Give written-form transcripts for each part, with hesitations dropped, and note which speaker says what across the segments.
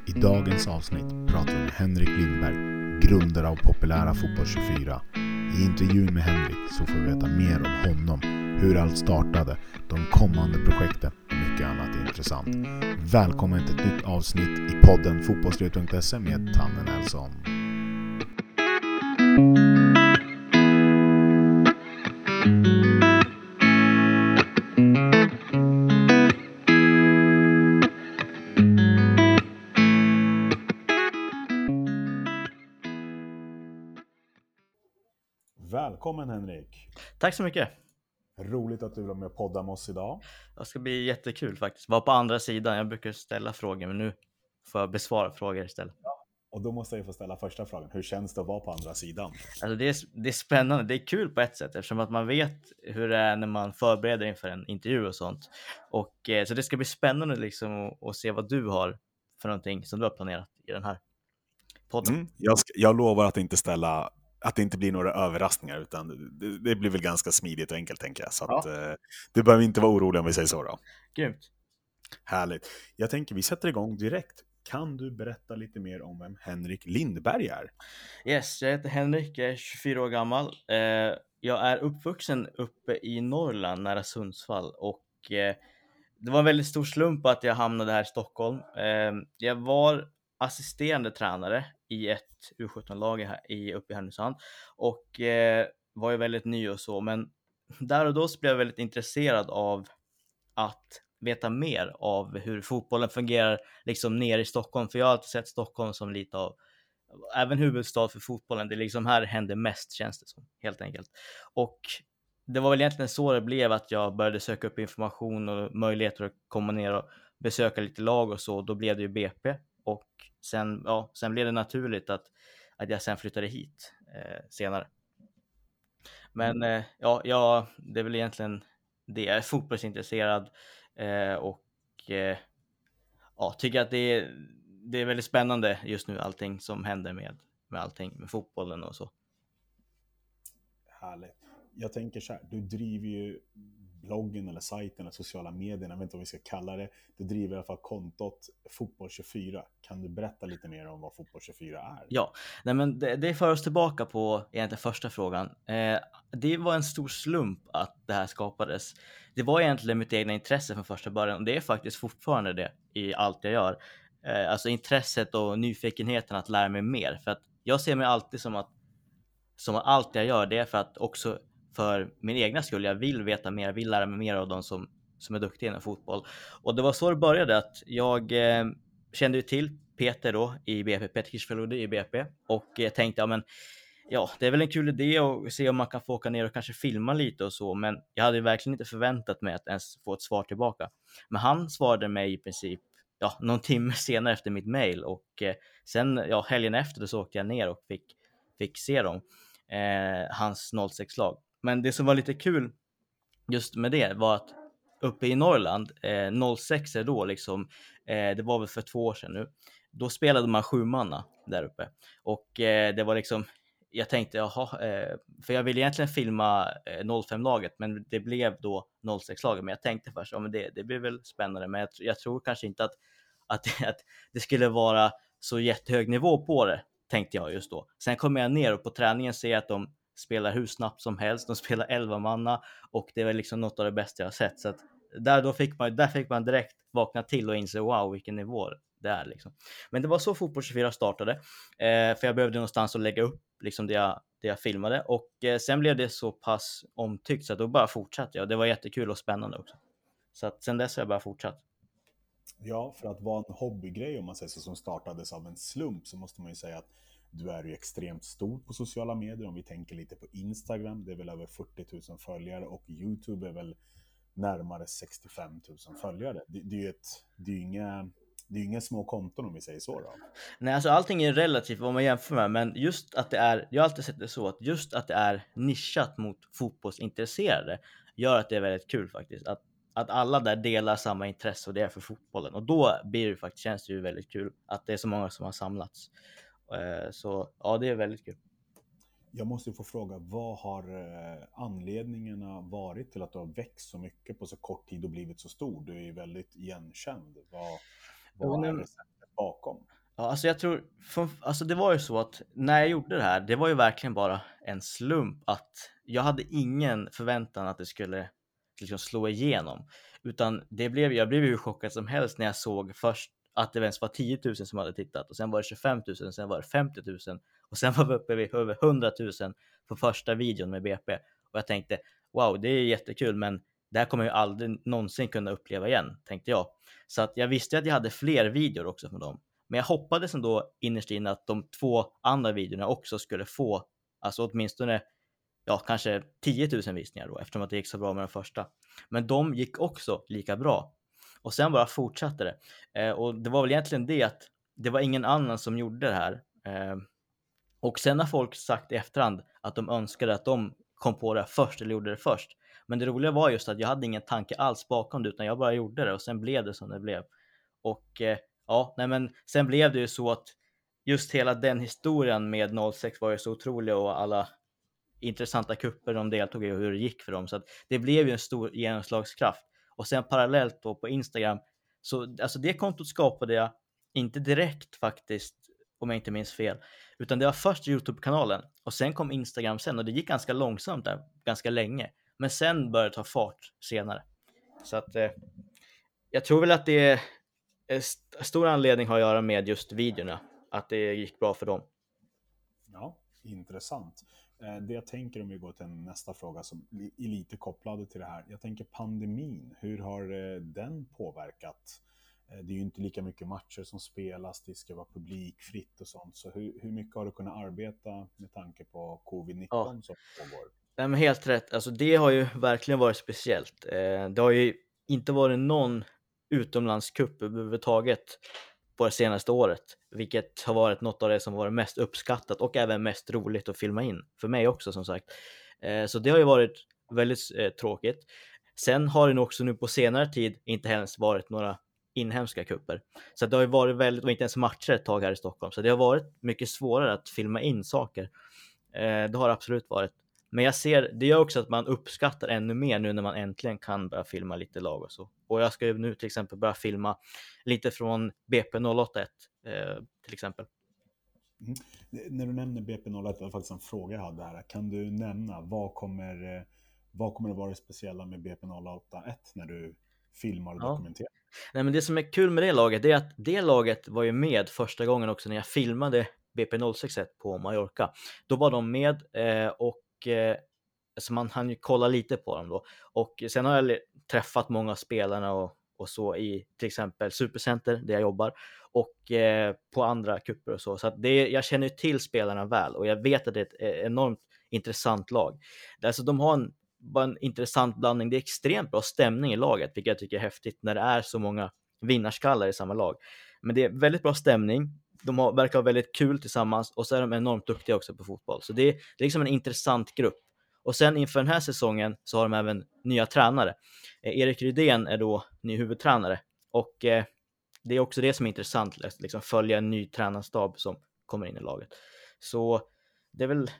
Speaker 1: I dagens avsnitt pratar vi med Henrik Lindberg, grundare av populära Fotboll24. I intervjun med Henrik så får vi veta mer om honom, hur allt startade, de kommande projekten och mycket annat intressant. Välkommen till ett nytt avsnitt i podden Fotbollslivet.se med Tanne Nelson. Välkommen Henrik.
Speaker 2: Tack så mycket.
Speaker 1: Roligt att du var med och podda med oss idag.
Speaker 2: Det ska bli jättekul faktiskt. Var på andra sidan. Jag brukar ställa frågor, men nu får jag besvara frågor istället.
Speaker 1: Ja, och då måste jag få ställa första frågan. Hur känns det att vara på andra sidan?
Speaker 2: Alltså det är spännande. Det är kul på ett sätt eftersom att man vet hur det är när man förbereder inför en intervju och sånt. Och så det ska bli spännande liksom att se vad du har för någonting som du har planerat i den här podden.
Speaker 1: Jag lovar att det inte blir några överraskningar, utan det blir väl ganska smidigt och enkelt, tänker jag. Så att, du behöver inte vara orolig om vi säger så då.
Speaker 2: Grymt.
Speaker 1: Härligt. Jag tänker vi sätter igång direkt. Kan du berätta lite mer om vem Henrik Lindberg är?
Speaker 2: Yes, jag heter Henrik, jag är 24 år gammal. Jag är uppvuxen uppe i Norrland nära Sundsvall och det var en väldigt stor slump att jag hamnade här i Stockholm. Jag var assisterande tränare i ett U17-lag uppe i Härnösand och var ju väldigt ny och så, men där och då så blev jag väldigt intresserad av att veta mer av hur fotbollen fungerar liksom nere i Stockholm, för jag har alltid sett Stockholm som lite av även huvudstad för fotbollen. Det är liksom här händer mest, känns det som, helt enkelt. Och det var väl egentligen så det blev, att jag började söka upp information och möjligheter att komma ner och besöka lite lag och så. Då blev det ju BP och sen blev det naturligt att jag sen flyttade hit senare. Men det är väl egentligen det. Jag är fotbollsintresserad och tycker att det är väldigt spännande just nu, allting som händer med allting med fotbollen och så.
Speaker 1: Härligt. Jag tänker så här, du driver ju bloggen eller sajten eller sociala medierna, jag vet inte vad vi ska kalla det. Du driver i alla fall kontot Fotboll24. Kan du berätta lite mer om vad Fotboll24 är?
Speaker 2: Ja, nej men det för oss tillbaka på egentligen första frågan. Det var en stor slump att det här skapades. Det var egentligen mitt egna intresse från första början, och det är faktiskt fortfarande det i allt jag gör. Alltså intresset och nyfikenheten att lära mig mer, för att jag ser mig alltid som att allt jag gör, det är för att också för min egna skull. Jag vill veta mer, jag vill lära mig mer av de som är duktiga inom fotboll. Och det var så det började, att jag kände ju till Peter då i BP, Peter Kirchfeldt i BP, och tänkte det är väl en kul idé att se om man kan få åka ner och kanske filma lite och så, men jag hade verkligen inte förväntat mig att ens få ett svar tillbaka. Men han svarade mig i princip någon timme senare efter mitt mejl, och sen helgen efter så åkte jag ner och fick se dem, hans 06-lag. Men det som var lite kul just med det var att uppe i Norrland, 06 är då liksom, det var väl för 2 år sedan nu, då spelade man 7-manna där uppe. Och det var liksom, jag tänkte för jag ville egentligen filma 05-laget, men det blev då 06-laget. Men jag tänkte först, men det blir väl spännande, men jag tror kanske inte att det skulle vara så jättehög nivå på det, tänkte jag just då. Sen kommer jag ner och på träningen ser att de spelar hur snabbt som helst. De spelar 11-manna och det var liksom något av det bästa jag har sett. Så att där fick man direkt vakna till och inse, wow, vilken nivå det är liksom. Men det var så Fotboll24 startade, för jag behövde någonstans att lägga upp liksom det jag filmade, och sen blev det så pass omtyckt så att då bara fortsatte jag, och det var jättekul och spännande också. Så att sen dess har jag bara fortsatt.
Speaker 1: Ja, för att vara en hobbygrej, om man säger så, som startades av en slump, så måste man ju säga att du är ju extremt stor på sociala medier. Om vi tänker lite på Instagram, det är väl över 40 000 följare, och YouTube är väl närmare 65 000 följare. Det är ju inga små konton, om vi säger så då.
Speaker 2: Nej, alltså allting är relativt vad man jämför med, men just att det är, jag har alltid sett det så, att just att det är nischat mot fotbollsintresserade gör att det är väldigt kul faktiskt. Att alla där delar samma intresse, och det är för fotbollen. Och då blir det faktiskt, känns det ju väldigt kul att det är så många som har samlats. Så ja, det är väldigt kul.
Speaker 1: Jag måste få fråga, vad har anledningarna varit till att du har växt så mycket på så kort tid och blivit så stor? Du är ju väldigt igenkänd. Vad är receptet bakom?
Speaker 2: Ja, alltså jag tror, alltså det var ju så att när jag gjorde det här, det var ju verkligen bara en slump att jag hade ingen förväntan att det skulle liksom slå igenom. Utan jag blev ju hur chockad som helst när jag såg först att det ens var 10 000 som hade tittat och sen var det 25 000, sen var det 50 000 och sen var vi uppe vid över 100 000 på första videon med BP. Och jag tänkte, wow, det är jättekul, men det här kommer jag aldrig någonsin kunna uppleva igen, tänkte jag. Så att jag visste att jag hade fler videor också från dem. Men jag hoppades ändå innerst inne att de 2 andra videorna också skulle få, alltså åtminstone, ja, kanske 10 000 visningar då, eftersom att det gick så bra med den första. Men de gick också lika bra. Och sen bara fortsatte det. Och det var väl egentligen det att det var ingen annan som gjorde det här. Och sen har folk sagt i efterhand att de önskade att de kom på det först eller gjorde det först. Men det roliga var just att jag hade ingen tanke alls bakom det, utan jag bara gjorde det och sen blev det som det blev. Och ja, nej men sen blev det ju så att just hela den historien med 06 var ju så otrolig och alla intressanta kupper de deltog i och hur det gick för dem. Så att det blev ju en stor genomslagskraft. Och sen parallellt då på Instagram, så alltså det kontot skapade jag inte direkt faktiskt, om jag inte minns fel, utan det var först YouTube-kanalen och sen kom Instagram sen och det gick ganska långsamt där, ganska länge. Men sen började det ta fart senare. Så att jag tror väl att det är stor anledning har att göra med just videorna, att det gick bra för dem.
Speaker 1: Ja, intressant. Det jag tänker, om vi går till nästa fråga som är lite kopplad till det här. Jag tänker pandemin, hur har den påverkat? Det är ju inte lika mycket matcher som spelas, det ska vara publikfritt och sånt. Så hur mycket har du kunnat arbeta med tanke på covid-19
Speaker 2: Ja.
Speaker 1: som pågår?
Speaker 2: Nej, men helt rätt. Alltså det har ju verkligen varit speciellt. Det har ju inte varit någon utomlandscup överhuvudtaget på det senaste året, vilket har varit något av det som varit mest uppskattat och även mest roligt att filma in. För mig också som sagt. Så det har ju varit väldigt tråkigt. Sen har det nog också nu på senare tid inte ens varit några inhemska kupper. Så det har ju varit väldigt, och inte ens matcher ett tag här i Stockholm. Så det har varit mycket svårare att filma in saker. Det har det absolut varit. Men jag ser, det gör också att man uppskattar ännu mer nu när man äntligen kan börja filma lite lag och så. Och jag ska ju nu till exempel börja filma lite från BP081 till exempel.
Speaker 1: Mm. När du nämner BP01, det var faktiskt en fråga jag hade här. Kan du nämna, vad kommer det vara det speciella med BP081 när du filmar och dokumenterar?
Speaker 2: Nej, men det som är kul med det laget är att det laget var ju med första gången också när jag filmade BP061 på Mallorca. Då var de med och så man hann ju kolla lite på dem då. Och sen har jag träffat många av spelarna och så i till exempel Supercenter där jag jobbar och på andra kupper och så. Så att jag känner till spelarna väl och jag vet att det är ett enormt intressant lag. Alltså de har bara en intressant blandning. Det är extremt bra stämning i laget, vilket jag tycker är häftigt när det är så många vinnarskallar i samma lag. Men det är väldigt bra stämning. De verkar ha väldigt kul tillsammans och så är de enormt duktiga också på fotboll. Så det är liksom en intressant grupp. Och sen inför den här säsongen så har de även nya tränare. Erik Rydén är då ny huvudtränare och det är också det som är intressant, liksom följa en ny tränarstab som kommer in i laget. Så det är väl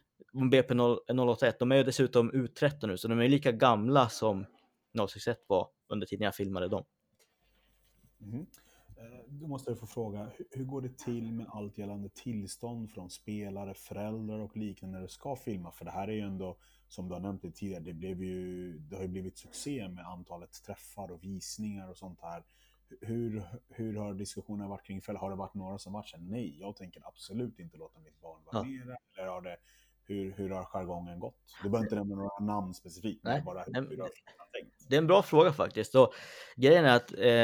Speaker 2: BP081, de är ju dessutom U13 nu, så de är lika gamla som 061 var under tiden jag filmade dem.
Speaker 1: Mm. Då måste jag få fråga, hur går det till med allt gällande tillstånd från spelare, föräldrar och liknande när du ska filma? För det här är ju ändå, som du har nämnt det tidigare, det har ju blivit succé med antalet träffar och visningar och sånt här. Hur har diskussionerna varit kring föräldrar? Har det varit några som varit så nej, jag tänker absolut inte låta mitt barn vara med? Eller hur har jargongen gått? Du behöver inte nämna några namn specifikt, men bara hur har tänkt?
Speaker 2: Det är en bra fråga faktiskt. Och grejen är att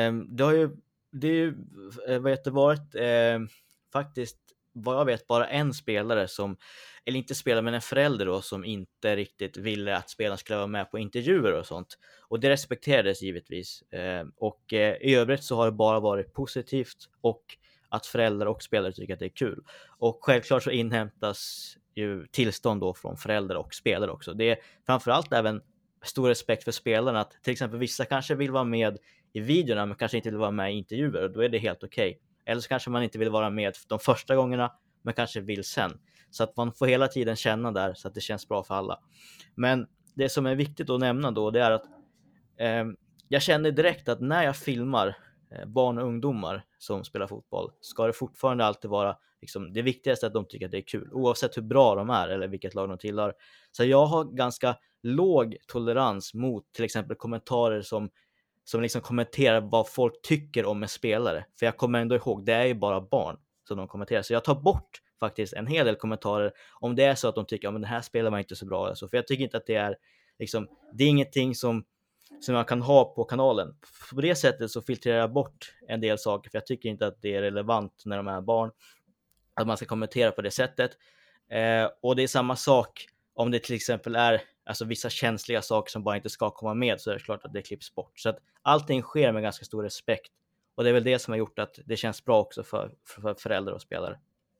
Speaker 2: det är ju varit faktiskt vad jag vet bara en spelare som, eller inte spelare men en förälder då, som inte riktigt ville att spelaren skulle vara med på intervjuer och sånt. Och det respekterades givetvis. Och i övrigt så har det bara varit positivt och att föräldrar och spelare tycker att det är kul. Och självklart så inhämtas ju tillstånd då från föräldrar och spelare också. Det är framförallt även stor respekt för spelarna, att till exempel vissa kanske vill vara med i videorna men kanske inte vill vara med i intervjuer, och då är det helt okej. Eller så kanske man inte vill vara med de första gångerna men kanske vill sen. Så att man får hela tiden känna där så att det känns bra för alla. Men det som är viktigt att nämna då, det är att jag känner direkt att när jag filmar barn och ungdomar som spelar fotboll, ska det fortfarande alltid vara liksom, det viktigaste att de tycker att det är kul, oavsett hur bra de är eller vilket lag de tillhör. Så jag har ganska låg tolerans mot till exempel kommentarer som liksom kommenterar vad folk tycker om en spelare. För jag kommer ändå ihåg, det är ju bara barn som de kommenterar. Så jag tar bort faktiskt en hel del kommentarer om det är så att de tycker att den här spelaren var inte så bra. Alltså, för jag tycker inte att det är liksom, det är ingenting som man kan ha på kanalen. På det sättet så filtrerar jag bort en del saker, för jag tycker inte att det är relevant när de är barn att man ska kommentera på det sättet. Och det är samma sak om det till exempel är alltså vissa känsliga saker som bara inte ska komma med, så är det klart att det klipps bort. Så att allting sker med ganska stor respekt. Och det är väl det som har gjort att det känns bra också för föräldrar och spelare.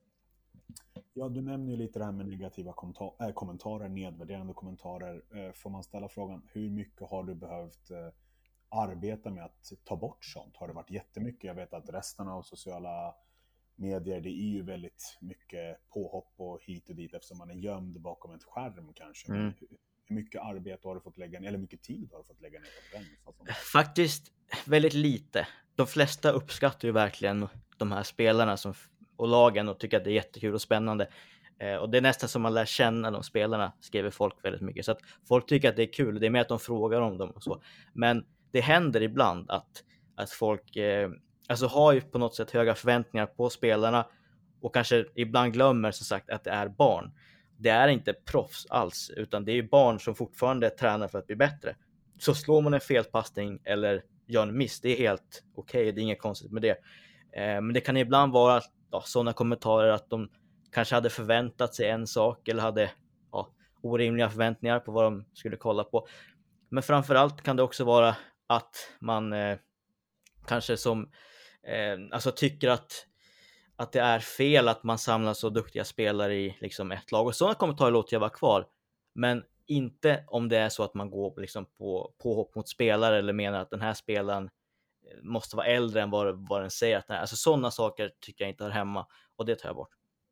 Speaker 1: Ja, du nämner ju lite det här med negativa kommentarer, nedvärderande kommentarer. Får man ställa frågan, hur mycket har du behövt arbeta med att ta bort sånt? Har det varit jättemycket? Jag vet att resten av sociala medier, det är ju väldigt mycket påhopp och hit och dit eftersom man är gömd bakom ett skärm kanske. Men hur mycket arbete har du fått lägga ner, eller mycket tid har du fått lägga ner på den?
Speaker 2: Faktiskt väldigt lite. De flesta uppskattar ju verkligen de här spelarna och lagen och tycker att det är jättekul och spännande. Och det är nästan som man lär känna de spelarna, skriver folk väldigt mycket. Så att folk tycker att det är kul, det är mer att de frågar om dem och så. Men det händer ibland att folk alltså har ju på något sätt höga förväntningar på spelarna och kanske ibland glömmer som sagt att det är barn. Det är inte proffs alls, utan det är ju barn som fortfarande tränar för att bli bättre. Så slår man en felpassning eller gör en miss, det är helt okej, det är inget konstigt med det. Men det kan ibland vara sådana kommentarer att de kanske hade förväntat sig en sak eller hade orimliga förväntningar på vad de skulle kolla på. Men framförallt kan det också vara att man kanske som alltså tycker att det är fel att man samlar så duktiga spelare i liksom ett lag. Och sådana kommentarer låter jag vara kvar. Men inte om det är så att man går liksom på påhopp mot spelare eller menar att den här spelaren måste vara äldre än vad den säger att den är. Alltså sådana saker tycker jag inte hör hemma, och det tar jag bort.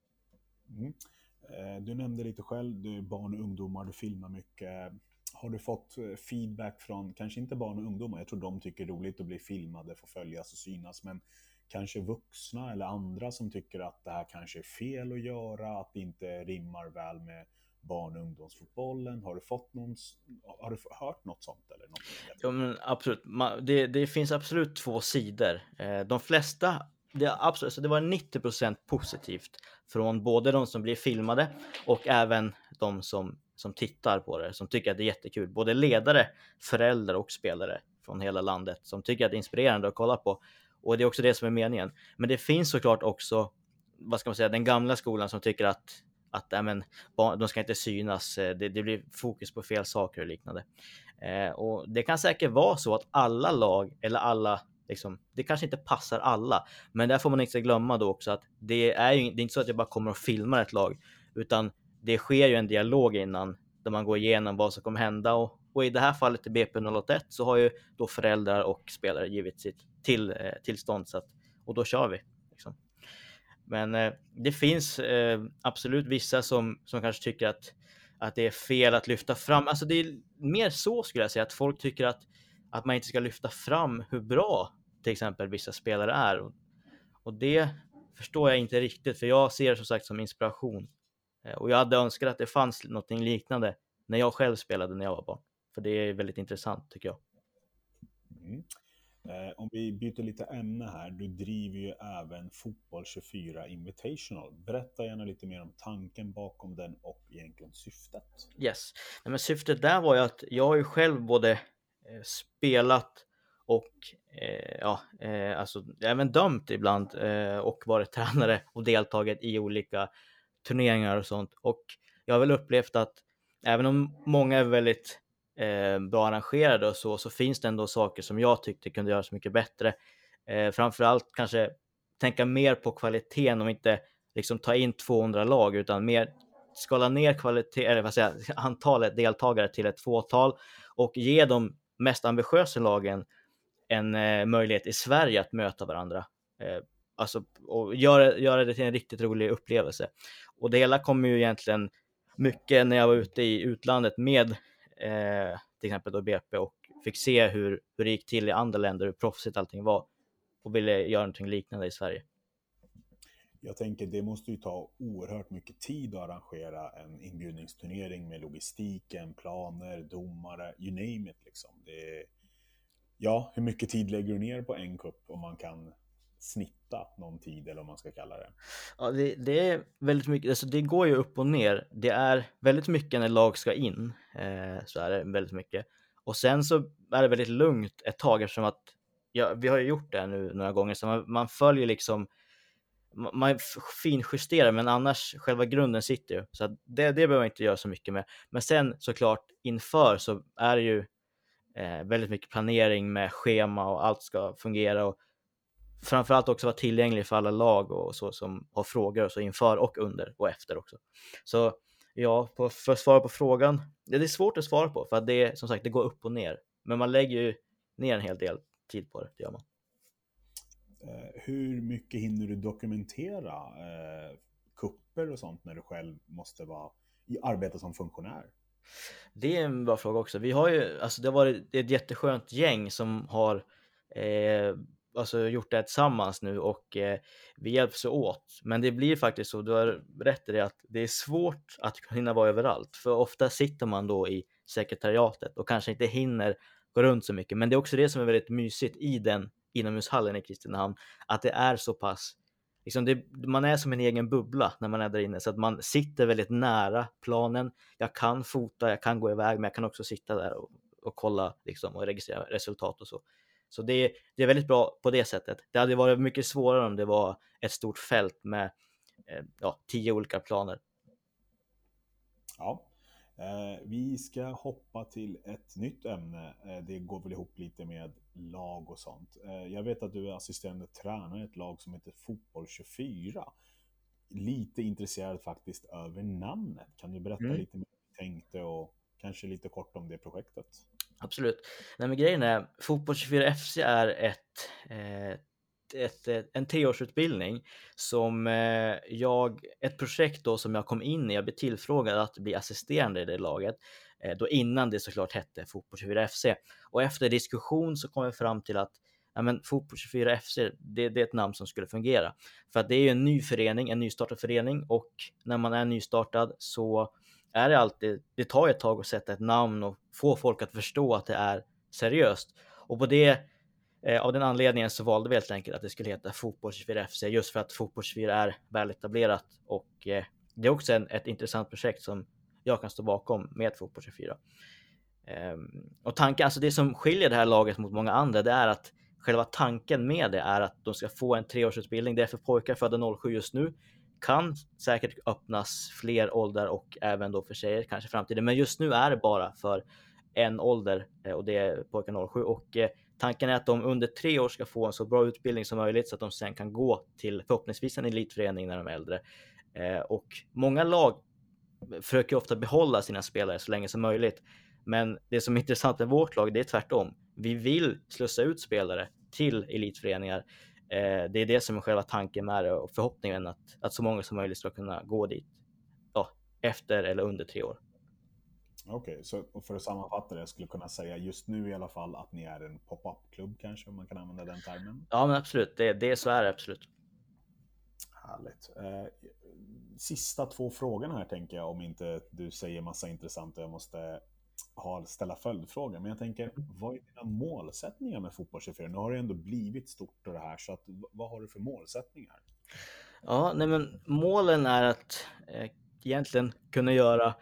Speaker 1: Du nämnde lite själv, du är barn och ungdomar, du filmar mycket. Har du fått feedback från, kanske inte barn och ungdomar, jag tror de tycker det är roligt att bli filmade, få följas och synas, men kanske vuxna eller andra som tycker att det här kanske är fel att göra, att det inte rimmar väl med barn- och ungdomsfotbollen? Har du hört något sånt eller något?
Speaker 2: Ja, men absolut. Det finns absolut två sidor. De flesta, det var 90% positivt från både de som blir filmade och även de som tittar på det, som tycker att det är jättekul. Både ledare, föräldrar och spelare från hela landet som tycker att det är inspirerande att kolla på. Och det är också det som är meningen. Men det finns såklart också, vad ska man säga, den gamla skolan som tycker att de ska inte synas, det blir fokus på fel saker och liknande. Och det kan säkert vara så att alla lag eller alla liksom, det kanske inte passar alla, men där får man inte glömma då också att det är inte så att jag bara kommer och filmar ett lag, utan det sker ju en dialog innan där man går igenom vad som kommer hända, och i det här fallet i BP081 så har ju då föräldrar och spelare givit sitt tillstånd, så att, och då kör vi liksom. Men det finns absolut vissa som kanske tycker att det är fel att lyfta fram. Alltså det är mer så, skulle jag säga, att folk tycker att man inte ska lyfta fram hur bra till exempel vissa spelare är. Och det förstår jag inte riktigt, för jag ser det som sagt som inspiration. Och jag hade önskat att det fanns något liknande när jag själv spelade när jag var barn. För det är väldigt intressant, tycker jag.
Speaker 1: Om vi byter lite ämne här, du driver ju även Fotboll 24 Invitational. Berätta gärna lite mer om tanken bakom den och egentligen syftet.
Speaker 2: Yes, men syftet där var ju att jag har ju själv både spelat och alltså även dömt ibland och varit tränare och deltagit i olika turneringar och sånt. Och jag har väl upplevt att även om många är väldigt bra arrangerade och så finns det ändå saker som jag tyckte kunde göras mycket bättre. Framförallt kanske tänka mer på kvaliteten och inte liksom ta in 200 lag, utan mer skala ner kvalitet, eller vad säger jag, antalet deltagare till ett fåtal och ge de mest ambitiösa lagen en möjlighet i Sverige att möta varandra. Alltså, och göra det till en riktigt rolig upplevelse. Och det hela kommer ju egentligen mycket när jag var ute i utlandet med till exempel då BP och fick se hur det gick till i andra länder, hur proffsigt allting var. och ville göra någonting liknande i Sverige.
Speaker 1: Jag tänker det måste ju ta oerhört mycket tid att arrangera en inbjudningsturnering med logistiken, planer, domare, you name it liksom. Ja, hur mycket tid lägger du ner på en cup om man kan snitta någon tid eller vad man ska kalla det?
Speaker 2: Ja, det är väldigt mycket, alltså det går ju upp och ner. Det är väldigt mycket när lag ska in, så är det väldigt mycket. Och sen så är det väldigt lugnt ett tag eftersom att, ja, vi har ju gjort det nu några gånger, så man följer liksom, man finjusterar, men annars själva grunden sitter ju. Så att det behöver man inte göra så mycket med. Men sen såklart inför så är det ju väldigt mycket planering med schema och allt ska fungera, och framförallt också vara tillgänglig för alla lag och så som har frågor och så inför och under och efter också. Så ja, för att svara på frågan, ja, det är svårt att svara på för att det, som sagt, det går upp och ner. Men man lägger ju ner en hel del tid på det gör man.
Speaker 1: Hur mycket hinner du dokumentera kupper och sånt när du själv måste arbeta som funktionär?
Speaker 2: Det är en bra fråga också. Vi har ju, alltså det har varit ett jätteskönt gäng som har alltså gjort det tillsammans nu, och vi hjälps åt. Men det blir faktiskt så, du har rätt i det, att det är svårt att hinna vara överallt. För ofta sitter man då i sekretariatet och kanske inte hinner gå runt så mycket. Men det är också det som är väldigt mysigt i den inomhushallen i Kristinehamn, att det är så pass, liksom man är som en egen bubbla när man är där inne, så att man sitter väldigt nära planen. Jag kan fota, jag kan gå iväg, men jag kan också sitta där och kolla liksom, och registrera resultat och så. Så det är väldigt bra på det sättet. Det hade varit mycket svårare om det var ett stort fält med 10 olika planer.
Speaker 1: Ja. Vi ska hoppa till ett nytt ämne. Det går väl ihop lite med lag och sånt. Jag vet att du är assisterande tränare i ett lag som heter Fotboll 24. Lite intresserad faktiskt över namnet. Kan du berätta lite mer om vad du tänkte och kanske lite kort om det projektet?
Speaker 2: Absolut. Nej, men grejen är, Fotboll 24 FC är en 3-årsutbildning som ett projekt då som jag kom in i. Jag blev tillfrågad att bli assisterande i det laget, då innan det såklart hette Fotboll 24 FC. Och efter diskussion så kom jag fram till att Fotboll 24 FC, det är ett namn som skulle fungera. För att det är ju en ny förening, en nystartad förening, och när man är nystartad så är det alltid, det tar ett tag att sätta ett namn och få folk att förstå att det är seriöst. Och på det, av den anledningen så valde vi helt enkelt att det skulle heta Fotboll 24 FC, just för att Fotboll 24 är väl etablerat, och det är också ett intressant projekt som jag kan stå bakom med Fotboll 24. Och tanken, alltså det som skiljer det här laget mot många andra, det är att själva tanken med det är att de ska få en 3-årsutbildning. Det är för pojkar födda 07 just nu. Kan säkert öppnas fler åldrar och även då för tjejer kanske i framtiden. Men just nu är det bara för en ålder, och det är pojkar 07. Och tanken är att de under 3 år ska få en så bra utbildning som möjligt, så att de sen kan gå till förhoppningsvis en elitförening när de är äldre. Och många lag försöker ofta behålla sina spelare så länge som möjligt. Men det som är intressant med vårt lag, det är tvärtom. Vi vill slussa ut spelare till elitföreningar. Det är det som är själva tanken med det, och förhoppningen att så många som möjligt ska kunna gå dit efter eller under 3 år.
Speaker 1: Okej, så för att sammanfatta det, jag skulle kunna säga just nu i alla fall att ni är en pop-up-klubb kanske, om man kan använda den termen.
Speaker 2: Ja, men absolut. Det så är det absolut.
Speaker 1: Härligt. Sista 2 frågorna här tänker jag, om inte du säger massa intressant och jag måste ställa följdfrågor. Men jag tänker, vad är dina målsättningar med Fotboll 24? Nu har det ändå blivit stort och det här, så att, vad har du för målsättningar?
Speaker 2: Ja, nej, men målen är att egentligen kunna göra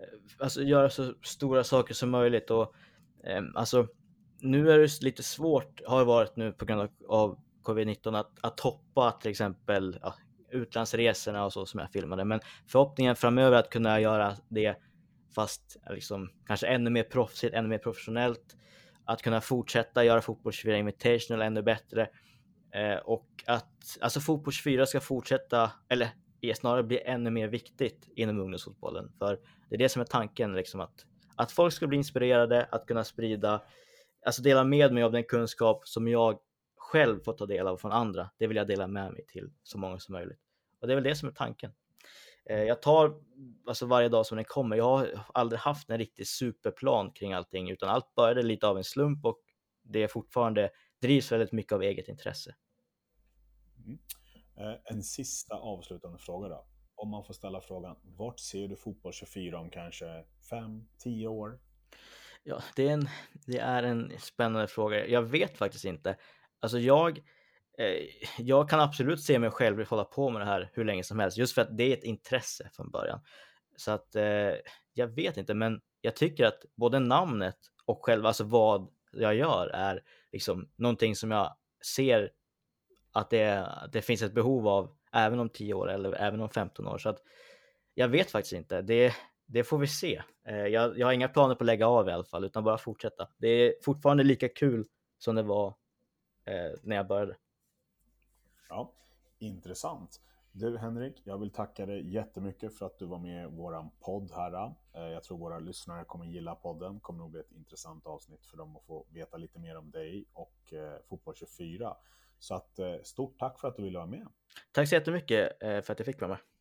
Speaker 2: så stora saker som möjligt. Och alltså nu är det lite svårt, har det varit nu på grund av covid-19, att toppa till exempel utlandsresorna och så som jag filmade. Men förhoppningen framöver är att kunna göra det, fast liksom kanske ännu mer proffsigt, ännu mer professionellt. Att kunna fortsätta göra Fotboll 24 Invitational ännu bättre. Och att alltså Fotboll 24 ska fortsätta, eller snarare bli ännu mer viktigt inom ungdomsfotbollen. För det är det som är tanken, liksom, att folk ska bli inspirerade, att kunna sprida, alltså dela med mig av den kunskap som jag själv får ta del av från andra. Det vill jag dela med mig till så många som möjligt. Och det är väl det som är tanken. Jag tar alltså varje dag som den kommer. Jag har aldrig haft en riktig superplan kring allting, utan allt började lite av en slump, och det är fortfarande drivs väldigt mycket av eget intresse.
Speaker 1: Mm. En sista avslutande fråga då. Om man får ställa frågan, vart ser du Fotboll 24 om kanske 5-10 år?
Speaker 2: Ja, det är en spännande fråga. Jag vet faktiskt inte. Alltså eh, jag kan absolut se mig själv hålla på med det här hur länge som helst, just för att det är ett intresse från början. Så att jag vet inte, men jag tycker att både namnet och själva, alltså vad jag gör är liksom någonting som jag ser att det finns ett behov av även om 10 år eller även om 15 år. Så att jag vet faktiskt inte. Det får vi se. Jag har inga planer på att lägga av i alla fall, utan bara fortsätta. Det är fortfarande lika kul som det var när jag började.
Speaker 1: Ja, intressant. Du Henrik, jag vill tacka dig jättemycket för att du var med i våran podd här. Jag tror våra lyssnare kommer gilla podden. Kommer nog bli ett intressant avsnitt för dem att få veta lite mer om dig och Fotboll 24. Så att stort tack för att du ville vara med.
Speaker 2: Tack så jättemycket för att jag fick vara med.